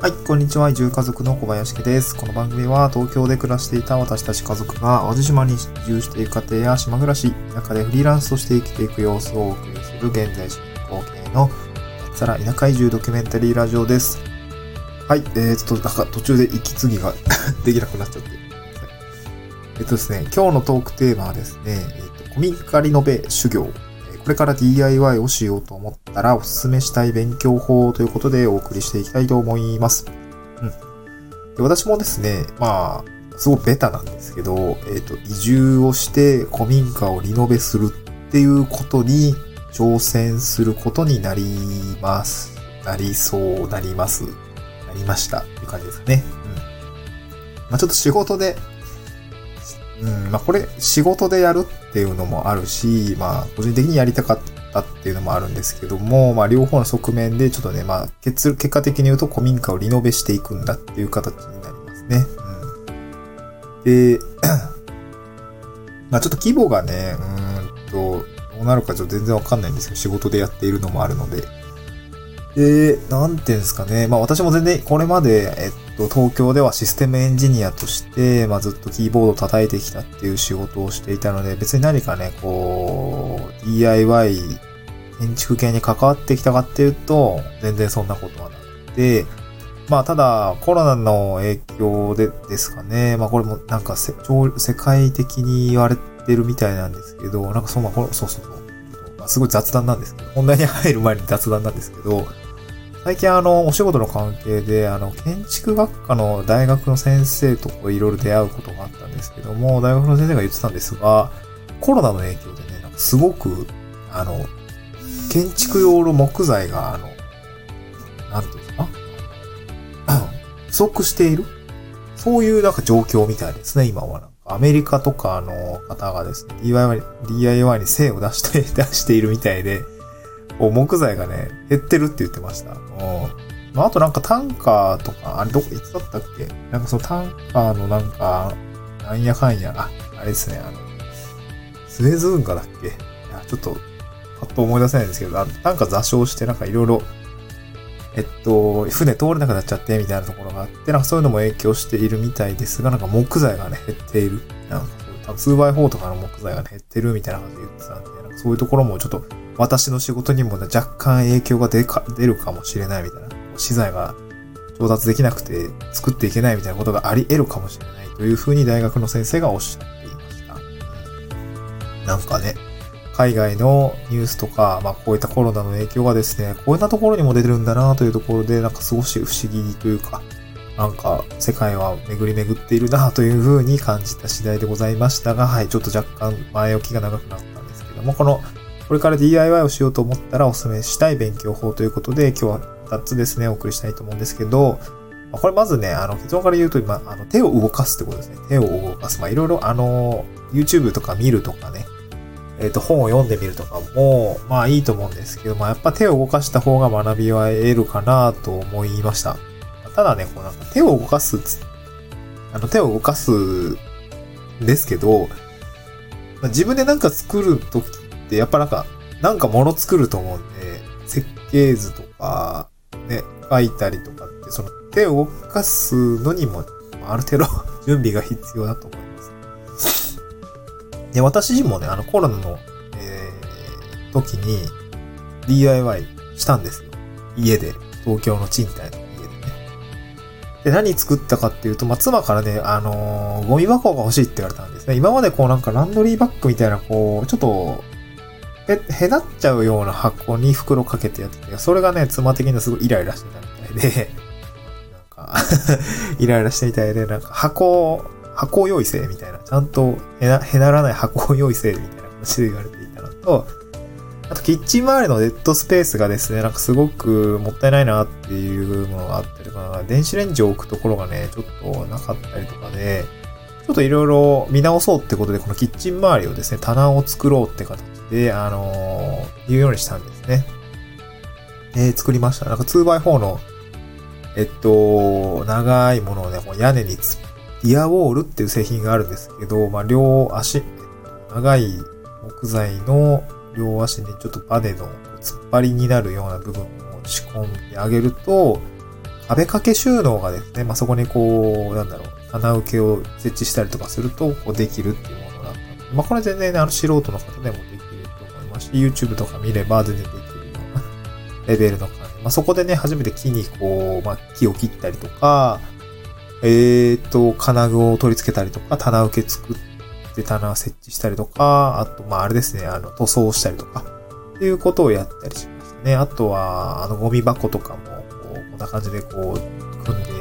はい、こんにちは。移住家族の小林家です。この番組は東京で暮らしていた私たち家族が淡路島に移住している家庭や島暮らし、田舎でフリーランスとして生きていく様子をお送りする現在進行形の脱サラ田舎移住ドキュメンタリーラジオです。はい、なんか途中で息継ぎができなくなっちゃって。ですね、今日のトークテーマはですね、古民家リノベ修行。これから DIY をしようと思ったらおすすめしたい勉強法ということでお送りしていきたいと思います。で私もですね、すごくベタなんですけど、移住をして古民家をリノベするっていうことに挑戦することになりましたっていう感じですかね。ちょっと仕事で、これ仕事でやるっていうのもあるし、個人的にやりたかったっていうのもあるんですけども、両方の側面でちょっとね、結果的に言うと古民家をリノベしていくんだっていう形になりますね。で、ちょっと規模がね、どうなるかちょっと全然わかんないんですけど、仕事でやっているのもあるので。で、なんていうんですかね。私も全然これまで、東京ではシステムエンジニアとして、ずっとキーボードを叩いてきたっていう仕事をしていたので、別に何かね、DIY、建築系に関わってきたかっていうと、全然そんなことはなくて、ただ、コロナの影響でですかね。これもなんか世界的に言われてるみたいなんですけど、そう。すごい雑談なんですけど、本題に入る前に雑談なんですけど、最近お仕事の関係で、建築学科の大学の先生といろいろ出会うことがあったんですけども、大学の先生が言ってたんですが、コロナの影響でね、すごく、建築用の木材が、なんていうんですか不足しているそういう状況みたいですね、今は。アメリカとかの方がですね、DIY に精を出しているみたいで、木材がね、減ってるって言ってました。あとタンカーとか、いつだったっけそのタンカーのなんやかんや、あれですね、スエズ運河だっけちょっと、パッと思い出せないんですけど、タンカー座礁していろいろ、船通れなくなっちゃってみたいなところがあって、そういうのも影響しているみたいですが、木材がね、減っている。2x4 とかの木材がね、減ってるみたいな感じで言ってたんで、そういうところもちょっと、私の仕事にも若干影響が出るかもしれないみたいな。資材が調達できなくて作っていけないみたいなことがあり得るかもしれないというふうに大学の先生がおっしゃっていました。海外のニュースとか、こういったコロナの影響がですね、こういったところにも出てるんだなというところで、少し不思議というか、世界は巡り巡っているなというふうに感じた次第でございましたが、ちょっと若干前置きが長くなったんですけども、これから DIY をしようと思ったらお勧めしたい勉強法ということで、今日は2つですね、お送りしたいと思うんですけど、これまずね、結論から言うと、手を動かすってことですね。手を動かす。いろいろYouTube とか見るとかね、本を読んでみるとかも、いいと思うんですけど、やっぱ手を動かした方が学びは得るかなと思いました。ただね、手を動かすんですけど、自分で作るときって、やっぱ物作ると思うんで、設計図とか、ね、書いたりとかって、その手を動かすのにも、ある程度準備が必要だと思います。で、私自身もね、コロナの、時に DIY したんですよ。家で。東京の賃貸の家でね。で、何作ったかっていうと、妻からね、ゴミ箱が欲しいって言われたんですね。今までランドリーバッグみたいな、ちょっと、へなっちゃうような箱に袋かけてやってて、それがね、妻的にはすごいイライラしてたみたいで、イライラしてみたいで、箱を用意せみたいな、ちゃんとへならない箱を用意せみたいな形で言われていたのと、あとキッチン周りのデッドスペースがですね、すごくもったいないなっていうものがあったりとか、電子レンジを置くところがね、ちょっとなかったりとかで、ちょっといろいろ見直そうってことで、このキッチン周りをですね、棚を作ろうって形で、言うようにしたんですね。作りました。2x4 の、長いものをね、屋根にディアウォールっていう製品があるんですけど、両足、長い木材の両足にちょっとバネの突っ張りになるような部分を仕込んであげると、 壁掛け収納がですね、まあ、そこにこう、棚受けを設置したりとかすると、こうできるっていうものだったので、まあ、これ全然ね、素人の方でもできると思いますし、YouTube とか見れば全然できるようなレベルの感じ。まあ、そこでね、初めて木にこう、まあ、木を切ったりとか、金具を取り付けたりとか、棚受け作って棚設置したりとか、あと、まあ、あれですね、塗装したりとか、っていうことをやったりしましたね。あとは、ゴミ箱とかも、こんな感じでこう、組んで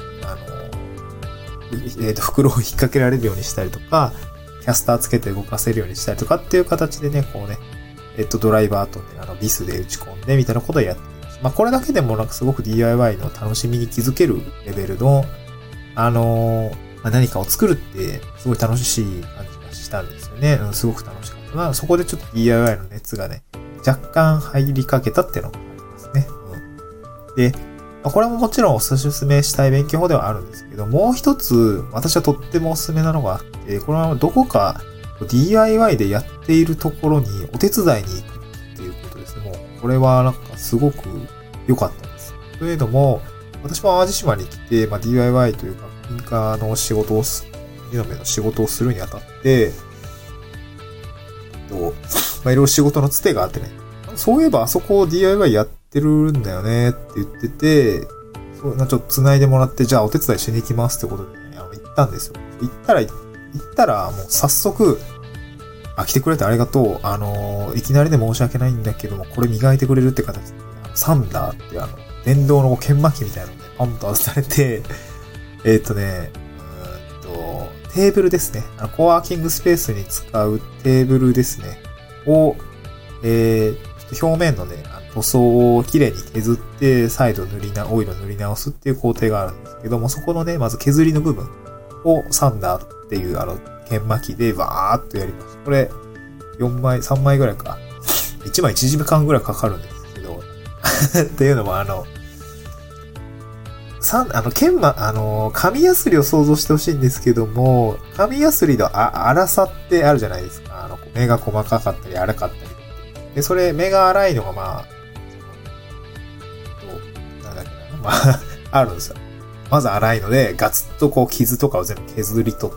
袋を引っ掛けられるようにしたりとか、キャスターつけて動かせるようにしたりとかっていう形でね、こうね、ドライバーとね、ビスで打ち込んでみたいなことをやっています。まあ、これだけでもなんかすごく DIY の楽しみに気づけるレベルの、まあ、何かを作るってすごい楽しい感じがしたんですよね。すごく楽しかったな。そこでちょっと DIY の熱がね、若干入りかけたっていうのがありますね。で、まあ、これももちろんおすすめしたい勉強法ではあるんですけど、もう一つ私はとってもおすすめなのがあって、これはどこか DIY でやっているところにお手伝いに行くっていうことですね。もうこれはなんかすごく良かったです。というのも、私も淡路島に来て、まあ、DIY というか、民家の仕事をリノベの仕事をするにあたって、まあ、いろいろ仕事のつてがあってね、そういえばあそこ DIY やってるんだよねって言ってて、ちょっと繋いでもらって、じゃあお手伝いしに行きますってことでね、行ったんですよ。行ったらもう早速、来てくれてありがとう。いきなりで申し訳ないんだけども、これ磨いてくれるって形で、サンダーって電動の研磨機みたいなので、ポンと渡されて、テーブルですね。コワーキングスペースに使うテーブルですね。を、表面のね、塗装をきれいに削って、再度オイルを塗り直すっていう工程があるんですけども、そこのね、まず削りの部分をサンダーっていう研磨機でわーっとやります。これ、3枚ぐらいか。1枚1時間ぐらいかかるんですけど、っていうのも紙やすりを想像してほしいんですけども、紙やすりの粗さってあるじゃないですか。目が細かかったり粗かったり。で、それ、目が粗いのがまあ、あるんですよ。まず粗いので、ガツッとこう傷とかを全部削り取って。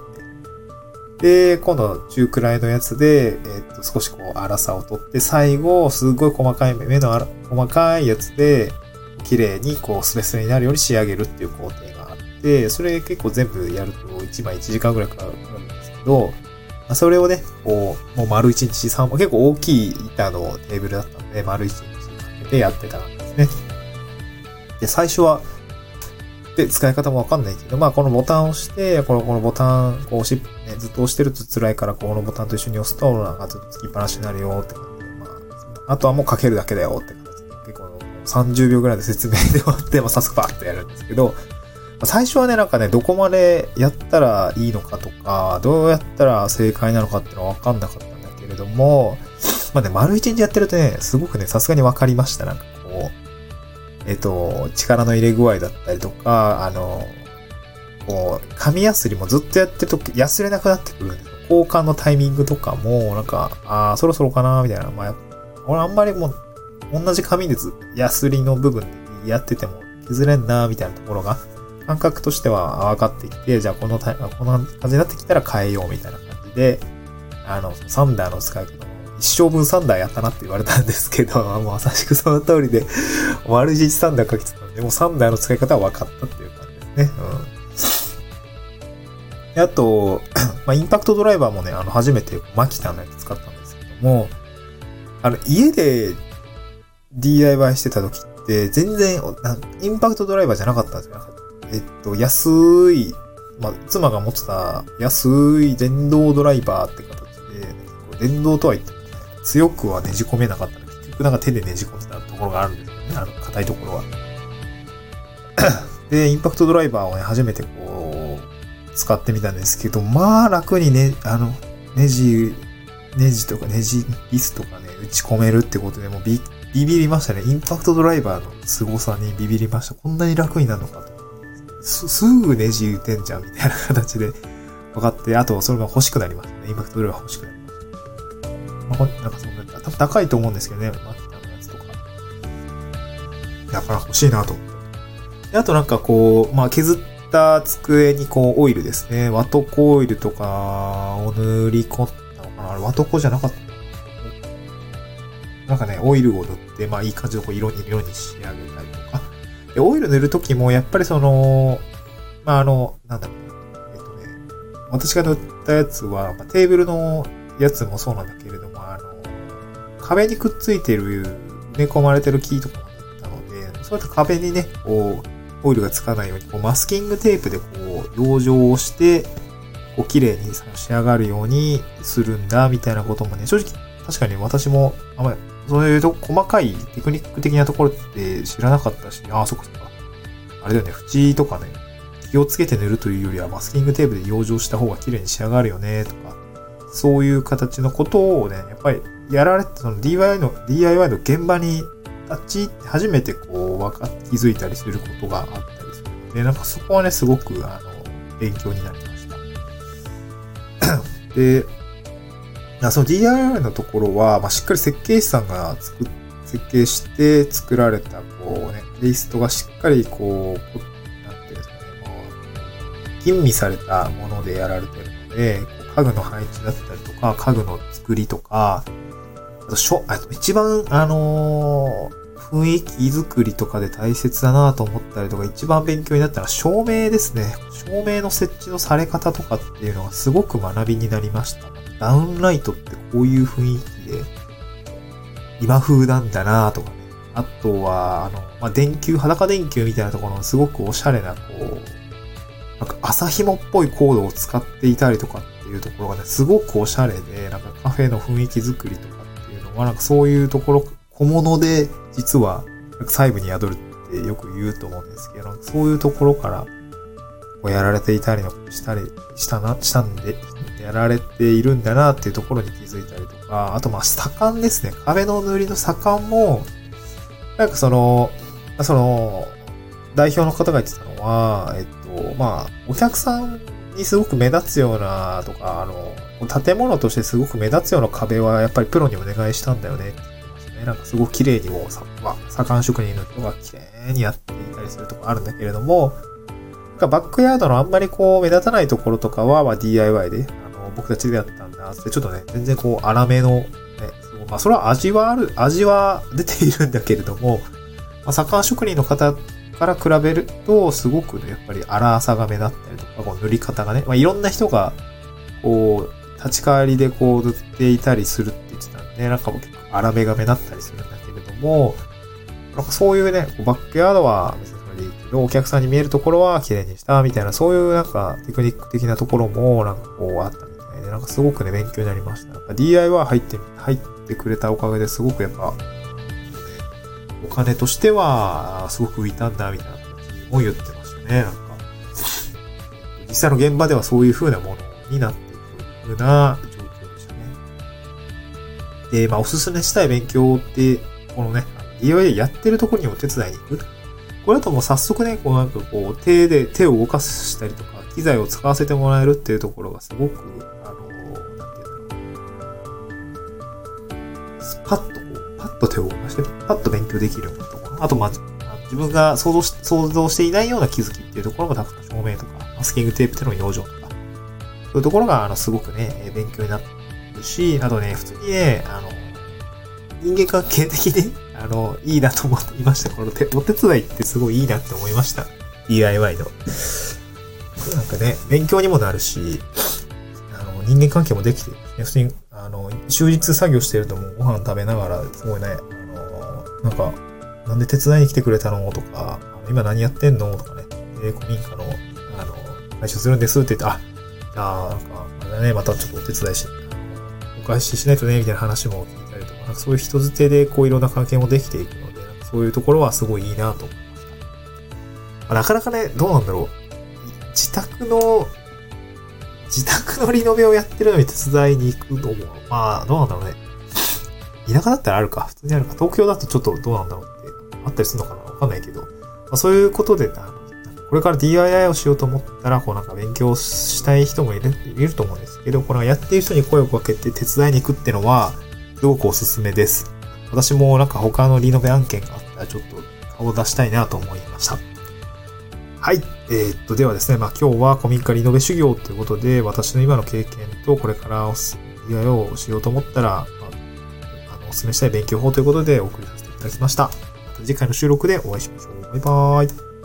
で、今度中くらいのやつで、少しこう粗さを取って、最後、すごい細かい目の細かいやつで、綺麗にこうスレスレになるように仕上げるっていう工程があって、それ結構全部やると1枚1時間ぐらいかかるんですけど、それをね、こう、もう丸1日結構大きい板のテーブルだったので、丸1日かけてやってたんですね。で、最初は、使い方もわかんないけど、まあ、このボタンを押して、このボタン、こうずっと押してると辛いから、このボタンと一緒に押すと、なんかずっとつきっぱなしになるよって感じで、まあ、あとはもうかけるだけだよって感じで、結構30秒ぐらいで説明で終わって、早速バーッとやるんですけど、最初はね、なんかね、どこまでやったらいいのかとか、どうやったら正解なのかっていうのは分かんなかったんだけれども、まあね、丸一日やってるとね、すごくね、さすがに分かりました。なんかこう、力の入れ具合だったりとか、こう、紙やすりもずっとやってると、やすれなくなってくるんですよ。交換のタイミングとかも、なんか、そろそろかなみたいな。まあ、俺あんまりもう、同じ紙でやすりの部分でやってても削れんなみたいなところが、感覚としては分かってきて、じゃあこの感じになってきたら変えようみたいな感じで、サンダーの使い方も一生分サンダーやったなって言われたんですけど、もうまさしくその通りで、丸一日サンダーかけてたので、もうサンダーの使い方は分かったっていう感じですね。であと、まあ、インパクトドライバーもね、初めてマキタのやつ使ったんですけども、家で DIY してた時って、全然、インパクトドライバーじゃなかったんですよ。安い、まあ、妻が持ってた安い電動ドライバーって形で、電動とは言っても、ね、強くはねじ込めなかったので、結局なんか手でねじ込んでたところがあるんですよね。硬いところは。で、インパクトドライバーをね、初めてこう、使ってみたんですけど、まあ楽にね、ネジとかネジビスとかね、打ち込めるってことでもうビビりましたね。インパクトドライバーの凄さにビビりました。こんなに楽になるのかと。すぐネジ打てんじゃんみたいな形で分かって、あとそれが欲しくなりましたね。インパクトドライバー欲しくなりました。まあ、なんかそんな、多分高いと思うんですけどね。マキタのやつとか。だから欲しいなと思って。 あとなんかこう、まあ削った机にこうオイルですね。ワトコオイルとかを塗り込んだのかな。あれワトコじゃなかった。なんかね、オイルを塗って、まあいい感じのこう色に仕上げたりとか。で、オイル塗るときもやっぱりその、まあなんだろう。私が塗ったやつは、まあ、テーブルのやつもそうなんだけれども、壁にくっついてる、埋め込まれてる木とかも塗ったので、そういった壁にね、こう、オイルがつかないように、こうマスキングテープでこう、養生をして、こう、綺麗に仕上がるようにするんだ、みたいなこともね、正直、確かに私も、あんまり、そういう細かいテクニック的なところって知らなかったし、ああ、そっかそっか。あれだよね、縁とかね、気をつけて塗るというよりはマスキングテープで養生した方が綺麗に仕上がるよね、とか、そういう形のことをね、やっぱりやられて、その DIY の現場に立ち入って初めてこう、気づいたりすることがあったりするので、なんかそこはね、すごく、勉強になりました。で、その DIY のところは、まあ、しっかり設計士さんが設計して作られた、こうね、テイストがしっかりこう、吟味されたものでやられているので、家具の配置だったりとか、家具の作りとか、あと一番、雰囲気作りとかで大切だなと思ったりとか、一番勉強になったのは照明ですね。照明の設置のされ方とかっていうのがすごく学びになりました。ダウンライトってこういう雰囲気で、今風なんだなとかね。あとは、まあ、裸電球みたいなところのすごくおしゃれな、こう、なんか朝紐っぽいコードを使っていたりとかっていうところがね、すごくおしゃれで、なんかカフェの雰囲気作りとかっていうのは、なんかそういうところ、小物で実は細部に宿るってよく言うと思うんですけど、そういうところからこうやられていたりしたんで、やられているんだなっていうところに気づいたりとか、あとまあ左官ですね。壁の塗りの左官も、なんかその、代表の方が言ってたのは、まあ、お客さんにすごく目立つようなとか、建物としてすごく目立つような壁はやっぱりプロにお願いしたんだよねって言ってましたね。なんかすごく綺麗に左官職人の人が綺麗にやっていたりするとこあるんだけれども、バックヤードのあんまりこう目立たないところとかは、まあ DIY で、僕たちでやったんだって、ちょっとね、全然こう粗めの、ね、まあそれは味は出ているんだけれども、まあ、左官職人の方から比べると、すごくね、やっぱり粗さが目立ったりとか、こう塗り方がね、まあ、いろんな人が、こう、立ち代わりでこう塗っていたりするって言ってたんで、なんか結構粗めが目立ったりするんだけれども、なんかそういうね、バックヤードは別にそれでいいけど、お客さんに見えるところは綺麗にしたみたいな、そういうなんかテクニック的なところもなんかこうあったみたいで、なんかすごくね、勉強になりました。やっぱ DIY 入ってくれたおかげですごくやっぱ、お金としては、すごく浮いたんだ、みたいな形も言ってましたね。なんか、実際の現場ではそういう風なものになっていく風な状況でしたね。で、まあ、おすすめしたい勉強って、このね、DIY やってるところにお手伝いに行く。これだともう早速ね、こうなんかこう、手を動かしたりとか、機材を使わせてもらえるっていうところがすごく、なんていうんだろう。パッと手を動かして、パッと勉強できるようなところ。あと、まあ、自分が想像していないような気づきっていうところもたくさん照明とか、マスキングテープでの養生とか、そういうところが、すごくね、勉強になるし、あとね、普通にね、人間関係的に、いいなと思っていました。このお手伝いってすごいいいなって思いました。DIY の。なんかね、勉強にもなるし、人間関係もできてるしね、普通に、終日作業してるともうご飯食べながら、すごいね、なんか、なんで手伝いに来てくれたのとか、今何やってんのとかね、古民家の、回収するんですって言って、じゃあ、なんか、あれだね、またちょっとお手伝いして、お返ししないとね、みたいな話も聞いたりとか、なんかそういう人づてで、こういろんな関係もできていくので、そういうところはすごいいいなと思いました。なかなかね、どうなんだろう。自宅のリノベをやってるのに手伝いに行くのも、まあ、どうなんだろうね。田舎だったらあるか、普通にあるか、東京だとちょっとどうなんだろうってあったりするのかなわかんないけど、まあ、そういうことで、これから DIY をしようと思ったら、こうなんか勉強したい人もいると思うんですけど、これやっている人に声をかけて手伝いに行くってのは、すごくおすすめです。私もなんか他のリノベ案件があったらちょっと顔を出したいなと思いました。 はい。ではですね、今日は古民家リノベ修行ということで、私の今の経験とこれから以外をしようと思ったら、お勧めしたい勉強法ということでお送りさせていただきました。また次回の収録でお会いしましょう。バイバーイ。